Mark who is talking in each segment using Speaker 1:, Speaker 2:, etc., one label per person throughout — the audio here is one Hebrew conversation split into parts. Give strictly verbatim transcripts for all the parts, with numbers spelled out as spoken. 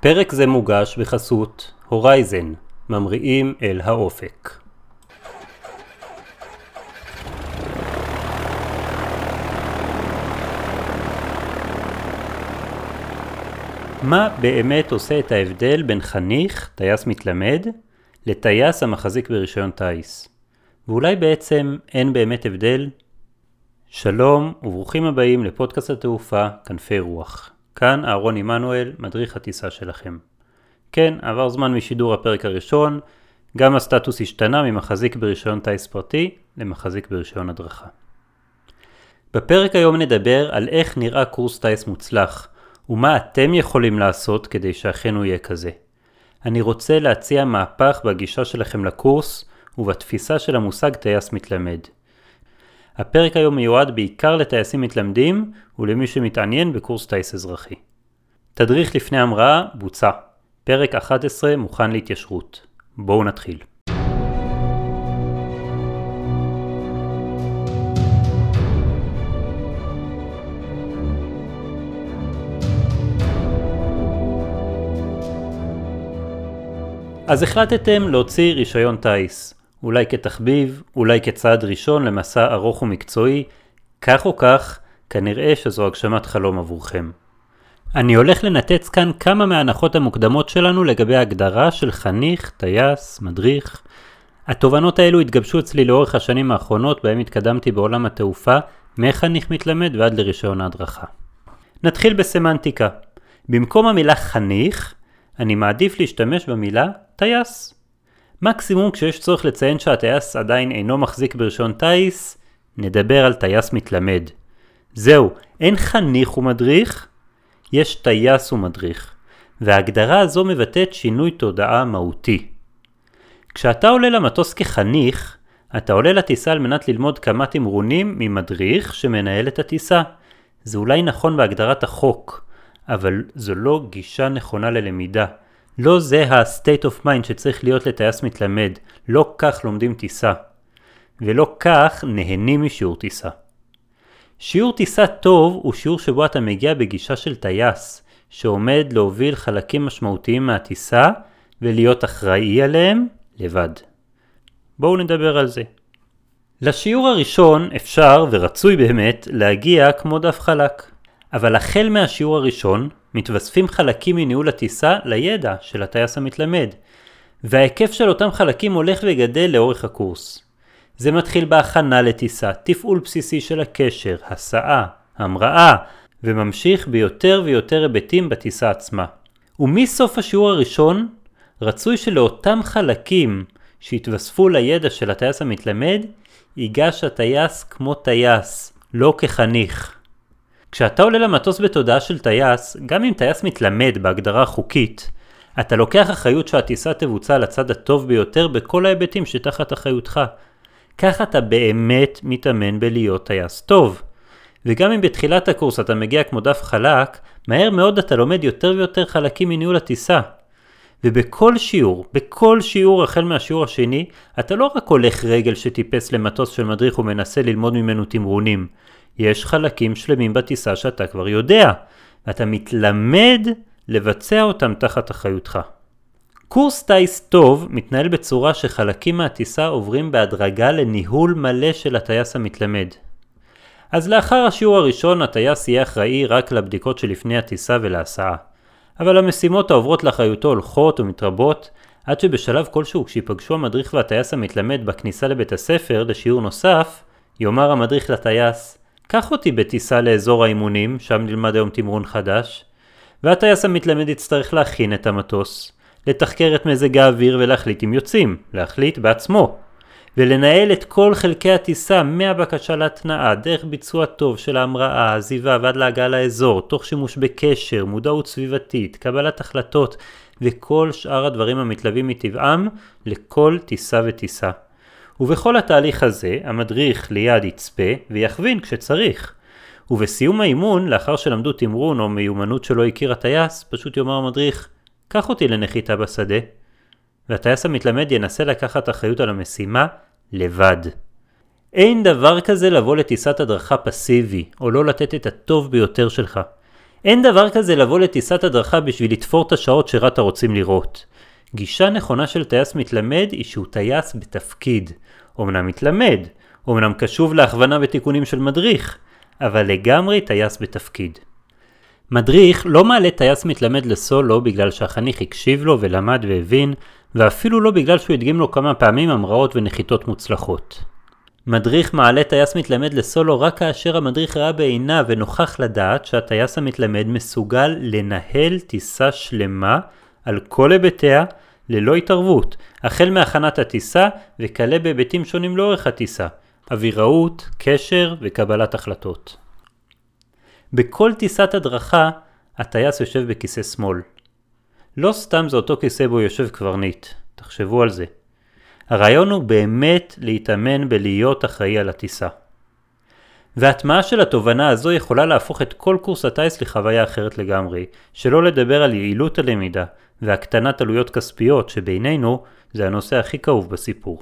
Speaker 1: פרק זה מוגש בחסות הורייזן, ממריאים אל האופק. מה באמת עושה את ההבדל בין חניך, טייס מתלמד, לטייס המחזיק ברישיון טייס? ואולי בעצם אין באמת הבדל? שלום וברוכים הבאים לפודקאסט התעופה כנפי רוח. כאן אהרון עמנואל, מדריך הטיסה שלכם. כן, עבר זמן משידור הפרק הראשון, גם הסטטוס השתנה ממחזיק ברישיון טייס פרטי למחזיק ברישיון הדרכה. בפרק היום נדבר על איך נראה קורס טייס מוצלח, ומה אתם יכולים לעשות כדי שאכן הוא יהיה כזה. אני רוצה להציע מהפך בגישה שלכם לקורס ובתפיסה של המושג טייס מתלמד. הפרק היום מיועד בעיקר לטייסים מתלמדים ולמי שמתעניין בקורס טייס אזרחי. תדריך לפני המראה בוצע. פרק אחת עשרה מוכן להתיישרות. בואו נתחיל. אז החלטתם להוציא רישיון טייס. אולי כתחביב, אולי כצעד ראשון למסע ארוך ומקצועי, כך או כך, כנראה שזו הגשמת חלום עבורכם. אני הולך לנתץ כאן כמה מההנחות המוקדמות שלנו לגבי ההגדרה של חניך, טייס, מדריך. התובנות האלו התגבשו אצלי לאורך השנים האחרונות בהם התקדמתי בעולם התעופה, מחניך מתלמד ועד לרישיון ההדרכה. נתחיל בסמנטיקה. במקום המילה חניך, אני מעדיף להשתמש במילה טייס. מקסימום כשיש צורך לציין שהטייס עדיין אינו מחזיק ברישיון טייס, נדבר על טייס מתלמד. זהו, אין חניך ומדריך, יש טייס ומדריך. וההגדרה הזו מבטאת שינוי תודעה מהותי. כשאתה עולה למטוס כחניך, אתה עולה לטיסה על מנת ללמוד כמה תמרונים ממדריך שמנהל את הטיסה. זה אולי נכון בהגדרת החוק, אבל זו לא גישה נכונה ללמידה. לא זה ה-state of mind שצריך להיות לטייס מתלמד, לא כך לומדים טיסה, ולא כך נהנים משיעור טיסה. שיעור טיסה טוב הוא שיעור שבו אתה מגיע בגישה של טייס, שעומד להוביל חלקים משמעותיים מהטיסה ולהיות אחראי עליהם לבד. בואו נדבר על זה. לשיעור הראשון אפשר ורצוי באמת להגיע כמו דף חלק. אבל החל מהשיעור הראשון מתווספים חלקים מניהול הטיסה לידע של הטייס המתלמד, וההיקף של אותם חלקים הולך וגדל לאורך הקורס. זה מתחיל בהכנה לטיסה, תפעול בסיסי של הקשר, הסעה, המראה, וממשיך ביותר ויותר היבטים בטיסה עצמה. ומסוף השיעור הראשון רצוי שלאותם חלקים שהתווספו לידע של הטייס המתלמד ייגש הטייס כמו טייס, לא כחניך. כשאתה עולה למטוס בתודעה של טייס, גם אם טייס מתלמד בהגדרה חוקית, אתה לוקח אחריות שהטיסה תבוצע לצד הטוב ביותר בכל ההיבטים שתחת אחריותך. כך אתה באמת מתאמן בלהיות טייס טוב. וגם אם בתחילת הקורס אתה מגיע כמו דף חלק, מהר מאוד אתה לומד יותר ויותר חלקים מניהול הטיסה. ובכל שיעור, בכל שיעור החל מהשיעור השני, אתה לא רק הולך רגל שטיפס למטוס של מדריך ומנסה ללמוד ממנו תמרונים. יש חלקים שלמים בטיסה שאתה כבר יודע, ואתה מתלמד לבצע אותם תחת אחריותך. קורס טייס טוב מתנהל בצורה שחלקים מהטיסה עוברים בהדרגה לניהול מלא של הטייס המתלמד. אז לאחר השיעור הראשון הטייס יהיה אחראי רק לבדיקות שלפני הטיסה ולהסעה. אבל המשימות העוברות לאחריותו הולכות ומתרבות, עד שבשלב כלשהו כשיפגשו המדריך והטייס המתלמד בכניסה לבית הספר לשיעור נוסף, יאמר המדריך לטייס, קח אותי בטיסה לאזור האימונים, שם נלמד היום תמרון חדש, והטייס המתלמד יצטרך להכין את המטוס, לתחקר את מזג האוויר ולהחליט אם יוצאים, להחליט בעצמו, ולנהל את כל חלקי הטיסה מהבקשה להתנאה, דרך ביצוע טוב של ההמראה, עזיבה ועד להגעה לאזור, תוך שימוש בקשר, מודעות סביבתית, קבלת החלטות, וכל שאר הדברים המתלווים מטבעם לכל טיסה וטיסה. ובכל התהליך הזה, המדריך ליד יצפה ויכווין כשצריך. ובסיום האימון, לאחר שלמדו תמרון או מיומנות שלא הכיר הטייס, פשוט יאמר המדריך, קח אותי לנחיתה בשדה. והטייס המתלמד ינסה לקחת אחריות על המשימה לבד. אין דבר כזה לבוא לטיסת הדרכה פסיבי, או לא לתת את הטוב ביותר שלך. אין דבר כזה לבוא לטיסת הדרכה בשביל לתפור את השעות שרת"א רוצים לראות. גישה נכונה של טייס מתלמד היא שהוא טייס בתפקיד. אומנם מתלמד, אומנם קשוב להכוונה ותיקונים של מדריך, אבל לגמרי טייס בתפקיד. מדריך לא מעלה טייס מתלמד לסולו בגלל שהחניך הקשיב לו ולמד והבין, ואפילו לא בגלל שהוא הדגים לו כמה פעמים המראות ונחיתות מוצלחות. מדריך מעלה טייס מתלמד לסולו רק כאשר המדריך ראה בעיניו ונוכח לדעת שהטייס המתלמד מסוגל לנהל טיסה שלמה על כל היבטיה ללא התערבות, החל מהכנת הטיסה וכלה בהיבטים שונים לאורך הטיסה, אוויראות, קשר וקבלת החלטות. בכל טיסת הדרכה הטייס יושב בכיסא שמאל. לא סתם זה אותו כיסא בו יושב קברניט, תחשבו על זה. הרעיון הוא באמת להתאמן בלהיות אחראי על הטיסה. וההטמעה של התובנה הזו יכולה להפוך את כל קורס הטייס לחוויה אחרת לגמרי, שלא לדבר על יעילות הלמידה והקטנת עלויות כספיות שבינינו זה הנושא הכי כאוב בסיפור.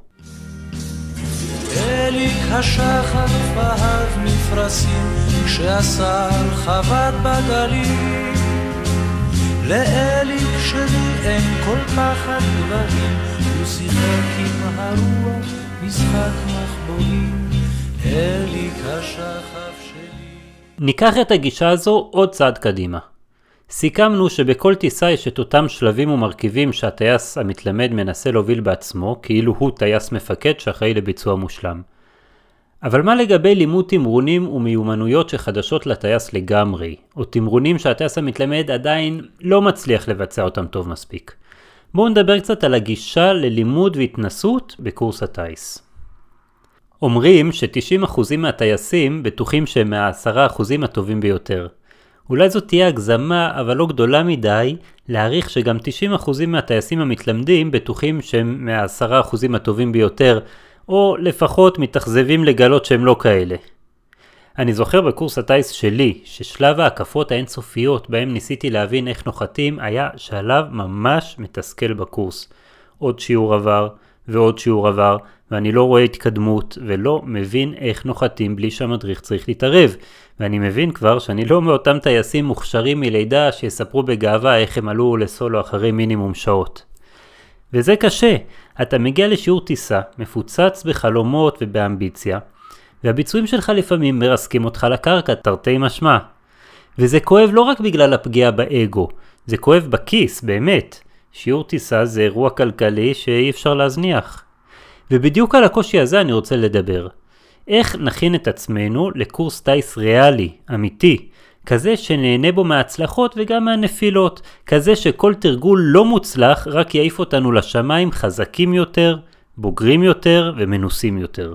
Speaker 2: אליק השחר בהב מפרשים כשעשר חבט בגלים לאליק שלי אין כל פחד גבהים הוא שיחק עם הרוח משחק מחבואים אליק השחף שלי.
Speaker 1: ניקח את הגישה הזו עוד צעד קדימה. סיכמנו שבכל טיסה יש את אותם שלבים ומרכיבים שהטייס המתלמד מנסה להוביל בעצמו, כאילו הוא טייס מפקד שאחראי לביצוע מושלם. אבל מה לגבי לימוד תמרונים ומיומנויות שחדשות לטייס לגמרי, או תמרונים שהטייס המתלמד עדיין לא מצליח לבצע אותם טוב מספיק? בואו נדבר קצת על הגישה ללימוד והתנסות בקורס הטייס. אומרים ש-תשעים אחוז מהטייסים בטוחים שהם מה-עשרה אחוז הטובים ביותר. אולי זאת תהיה הגזמה, אבל לא גדולה מדי, להעריך שגם תשעים אחוז מהטייסים המתלמדים בטוחים שהם מה-עשרה אחוז הטובים ביותר, או לפחות מתאכזבים לגלות שהם לא כאלה. אני זוכר בקורס הטייס שלי, ששלב ההקפות האינסופיות בהם ניסיתי להבין איך נוחתים, היה שלב ממש מתסכל בקורס. עוד שיעור עבר ועוד שיעור עבר, ואני לא רואה התקדמות ולא מבין איך נוחתים בלי שהמדריך צריך להתערב. ואני מבין כבר שאני לא מאותם טייסים מוכשרים מלידה שיספרו בגאווה איך הם עלו לסולו אחרי מינימום שעות. וזה קשה. אתה מגיע לשיעור טיסה, מפוצץ בחלומות ובאמביציה, והביצועים שלך לפעמים מרסקים אותך לקרקע, תרתי משמע. וזה כואב לא רק בגלל הפגיעה באגו, זה כואב בכיס, באמת. שיעור טיסה זה אירוע כלכלי שאי אפשר להזניח. ובדיוק על הקושי הזה אני רוצה לדבר. איך נכין את עצמנו לקורס טייס ריאלי, אמיתי, כזה שנהנה בו מההצלחות וגם מהנפילות, כזה שכל תרגול לא מוצלח רק יעיף אותנו לשמיים חזקים יותר, בוגרים יותר ומנוסים יותר.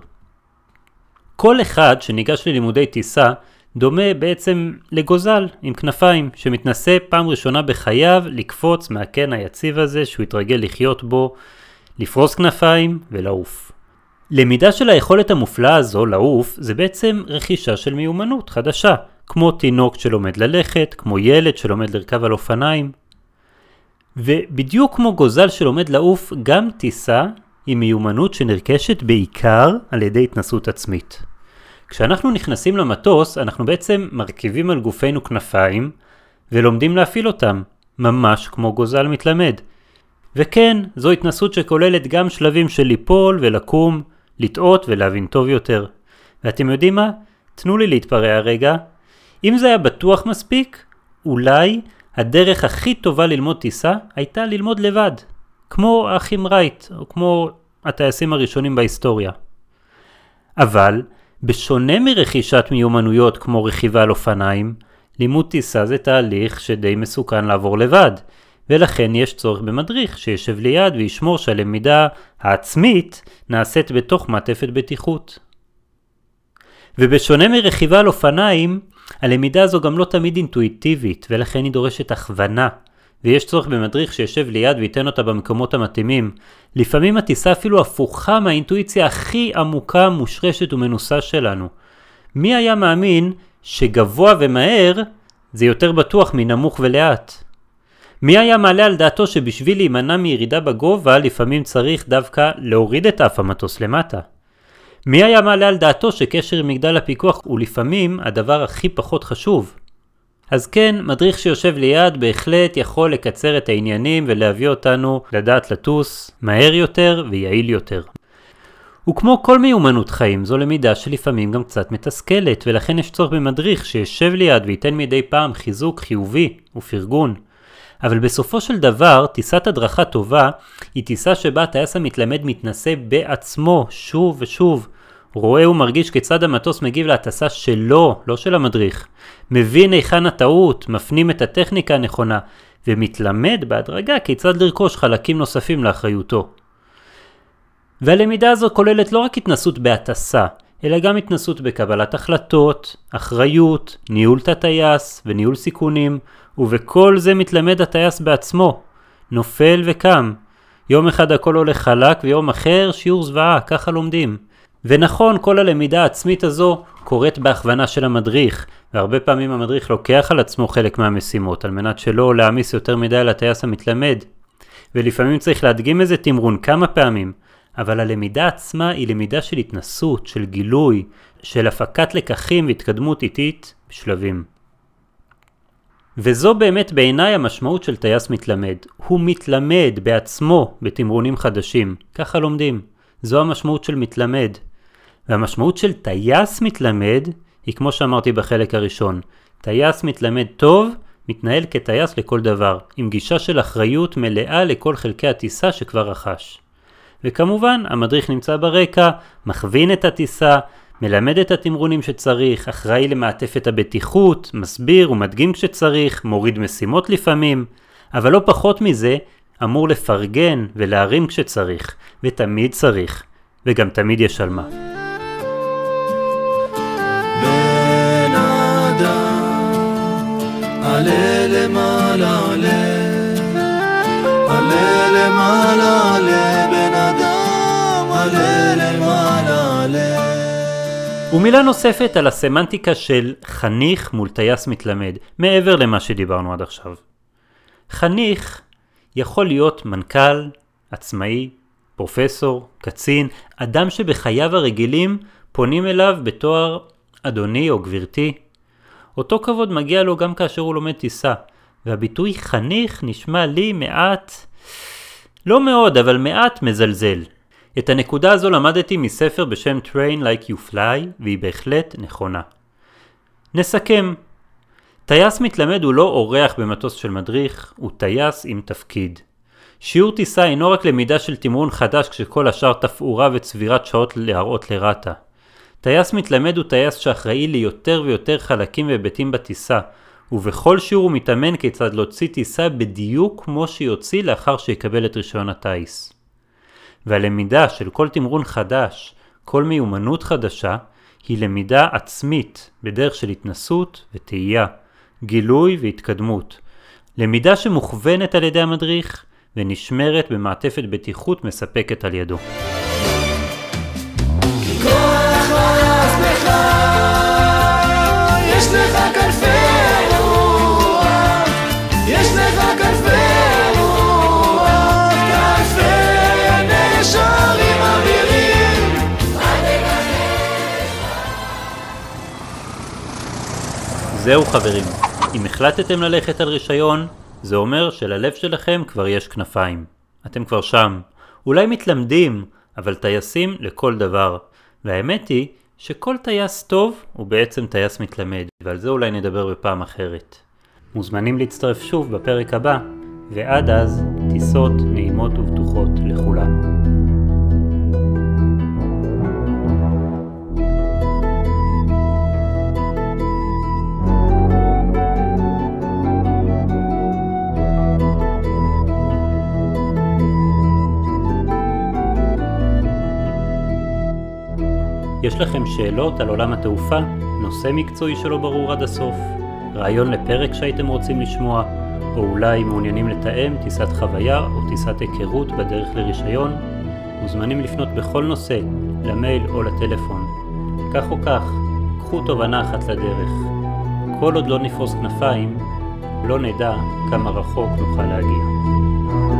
Speaker 1: כל אחד שניגש ללימודי טיסה דומה בעצם לגוזל עם כנפיים שמתנסה פעם ראשונה בחייו לקפוץ מהקן היציב הזה שהוא התרגל לחיות בו, לפרוס כנפיים ולעוף. למידה של היכולת המופלאה הזו לעוף זה בעצם רכישה של מיומנות חדשה, כמו תינוק שלומד ללכת, כמו ילד שלומד לרכב על אופניים. ובדיוק כמו גוזל שלומד לעוף, גם טיסה היא מיומנות שנרכשת בעיקר על ידי התנסות עצמית. כשאנחנו נכנסים למטוס, אנחנו בעצם מרכיבים על גופנו כנפיים ולומדים להפעיל אותם, ממש כמו גוזל מתלמד. וכן, זו התנסות שכוללת גם שלבים של ליפול ולקום, לטעות ולהבין טוב יותר. ואתם יודעים מה? תנו לי להתפרע רגע. אם זה היה בטוח מספיק, אולי הדרך הכי טובה ללמוד טיסה הייתה ללמוד לבד. כמו האחים רייט, או כמו הטייסים הראשונים בהיסטוריה. אבל, בשונה מרכישת מיומנויות כמו רכיבה על אופניים, לימוד טיסה זה תהליך שדי מסוכן לעבור לבד. ולכן יש צורך במדריך שישב ליד וישמור שהלמידה העצמית נעשית בתוך מעטפת בטיחות. ובשונה מרכיבה על אופניים, הלמידה הזו גם לא תמיד אינטואיטיבית, ולכן היא דורשת הכוונה. ויש צורך במדריך שישב ליד וייתן אותה במקומות המתאימים. לפעמים הטיסה אפילו הפוכה מהאינטואיציה הכי עמוקה, מושרשת ומנוסה שלנו. מי היה מאמין שגבוה ומהר זה יותר בטוח מנמוך ולאט? מי היה מעלה על דעתו שבשביל להימנע מירידה בגובה לפעמים צריך דווקא להוריד את אף המטוס למטה? מי היה מעלה על דעתו שקשר עם מגדל הפיקוח הוא לפעמים הדבר הכי פחות חשוב? אז כן, מדריך שיושב ליד בהחלט יכול לקצר את העניינים ולהביא אותנו לדעת לטוס מהר יותר ויעיל יותר. וכמו כל מיומנות חיים, זו למידה שלפעמים גם קצת מתסכלת, ולכן יש צורך במדריך שישב ליד וייתן מדי פעם חיזוק חיובי ופרגון. אבל בסופו של דבר, טיסת הדרכה טובה היא טיסה שבה הטייס המתלמד מתנסה בעצמו שוב ושוב. רואה ומרגיש כיצד המטוס מגיב להטסה שלו, לא של המדריך. מבין היכן הטעות, מפנים את הטכניקה הנכונה, ומתלמד בהדרגה כיצד לרכוש חלקים נוספים לאחריותו. והלמידה הזו כוללת לא רק התנסות בהטסה, אלא גם התנסות בקבלת החלטות, אחריות, ניהול הטייס וניהול סיכונים, ובכל זה מתלמד הטייס בעצמו. נופל וקם. יום אחד הכל הולך חלק ויום אחר שיעור זוועה, ככה לומדים. ונכון, כל הלמידה העצמית הזו קורית בהכוונה של המדריך, והרבה פעמים המדריך לוקח על עצמו חלק מהמשימות, על מנת שלא להעמיס יותר מדי על הטייס המתלמד. ולפעמים צריך להדגים איזה תמרון כמה פעמים, אבל הלמידה עצמה היא למידה של התנסות, של גילוי, של הפקת לקחים והתקדמות איטית בשלבים. וזו באמת בעיניי המשמעות של טייס מתלמד. הוא מתלמד בעצמו בתמרונים חדשים. ככה לומדים. זו המשמעות של מתלמד. והמשמעות של טייס מתלמד היא כמו שאמרתי בחלק הראשון. טייס מתלמד טוב מתנהל כטייס לכל דבר, עם גישה של אחריות מלאה לכל חלקי הטיסה שכבר רכש. וכמובן, המדריך נמצא ברקע, מכווין את הטיסה, מלמד את התמרונים שצריך, אחראי למעטפת הבטיחות, מסביר ומדגים כשצריך, מוריד משימות לפעמים, אבל לא פחות מזה, אמור לפרגן ולהרים כשצריך, ותמיד צריך, וגם תמיד יש על מה.
Speaker 2: בן אדם, עלה למעלה עלה, עלה למעלה עלה, בן אדם, עלה למעלה עלה.
Speaker 1: ומילה נוספת על הסמנטיקה של חניך מול טייס מתלמד, מעבר למה שדיברנו עד עכשיו. חניך יכול להיות מנכ"ל, עצמאי, פרופסור, קצין, אדם שבחייו הרגילים פונים אליו בתואר אדוני או גברתי. אותו כבוד מגיע לו גם כאשר הוא לומד טיסה, והביטוי חניך נשמע לי מעט, לא מאוד, אבל מעט מזלזל. את הנקודה הזו למדתי מספר בשם Train Like You Fly, והיא בהחלט נכונה. נסכם. טייס מתלמד הוא לא אורח במטוס של מדריך, הוא טייס עם תפקיד. שיעור טיסה אינו רק למידה של תמרון חדש כשכל השאר תפאורה וצבירת שעות להראות לרטה. טייס מתלמד הוא טייס שאחראי ליותר ויותר חלקים והיבטים בטיסה, ובכל שיעור הוא מתאמן כיצד להוציא טיסה בדיוק כמו שיוציא לאחר שיקבל את רישיון הטייס. והלמידה של כל תמרון חדש, כל מיומנות חדשה, היא למידה עצמית בדרך של התנסות ותהייה, גילוי והתקדמות. למידה שמוכוונת על ידי המדריך ונשמרת במעטפת בטיחות מספקת על ידו.
Speaker 2: כוח לעצמך, יש לך כנפי רוח, יש לך כנפי רוח, כנפי נשרים אווירים, אל תכחש.
Speaker 1: זהו חברים, אם החלטתם ללכת על רישיון, זה אומר שללב שלכם כבר יש כנפיים. אתם כבר שם. אולי מתלמדים, אבל טייסים לכל דבר. והאמת היא שכל טייס טוב הוא בעצם טייס מתלמד, ועל זה אולי נדבר בפעם אחרת. מוזמנים להצטרף שוב בפרק הבא, ועד אז טיסות נעימות ובטוחות לכולנו. יש לכם שאלות על עולם התעופה, נושא מקצועי שלא ברור עד הסוף, רעיון לפרק שהייתם רוצים לשמוע, או אולי מעוניינים לתאם טיסת חוויה או טיסת היכרות בדרך לרישיון, מוזמנים לפנות בכל נושא, למייל או לטלפון. כך או כך, קחו תובנה אחת לדרך. כל עוד לא נפרוס כנפיים, לא נדע כמה רחוק נוכל להגיע.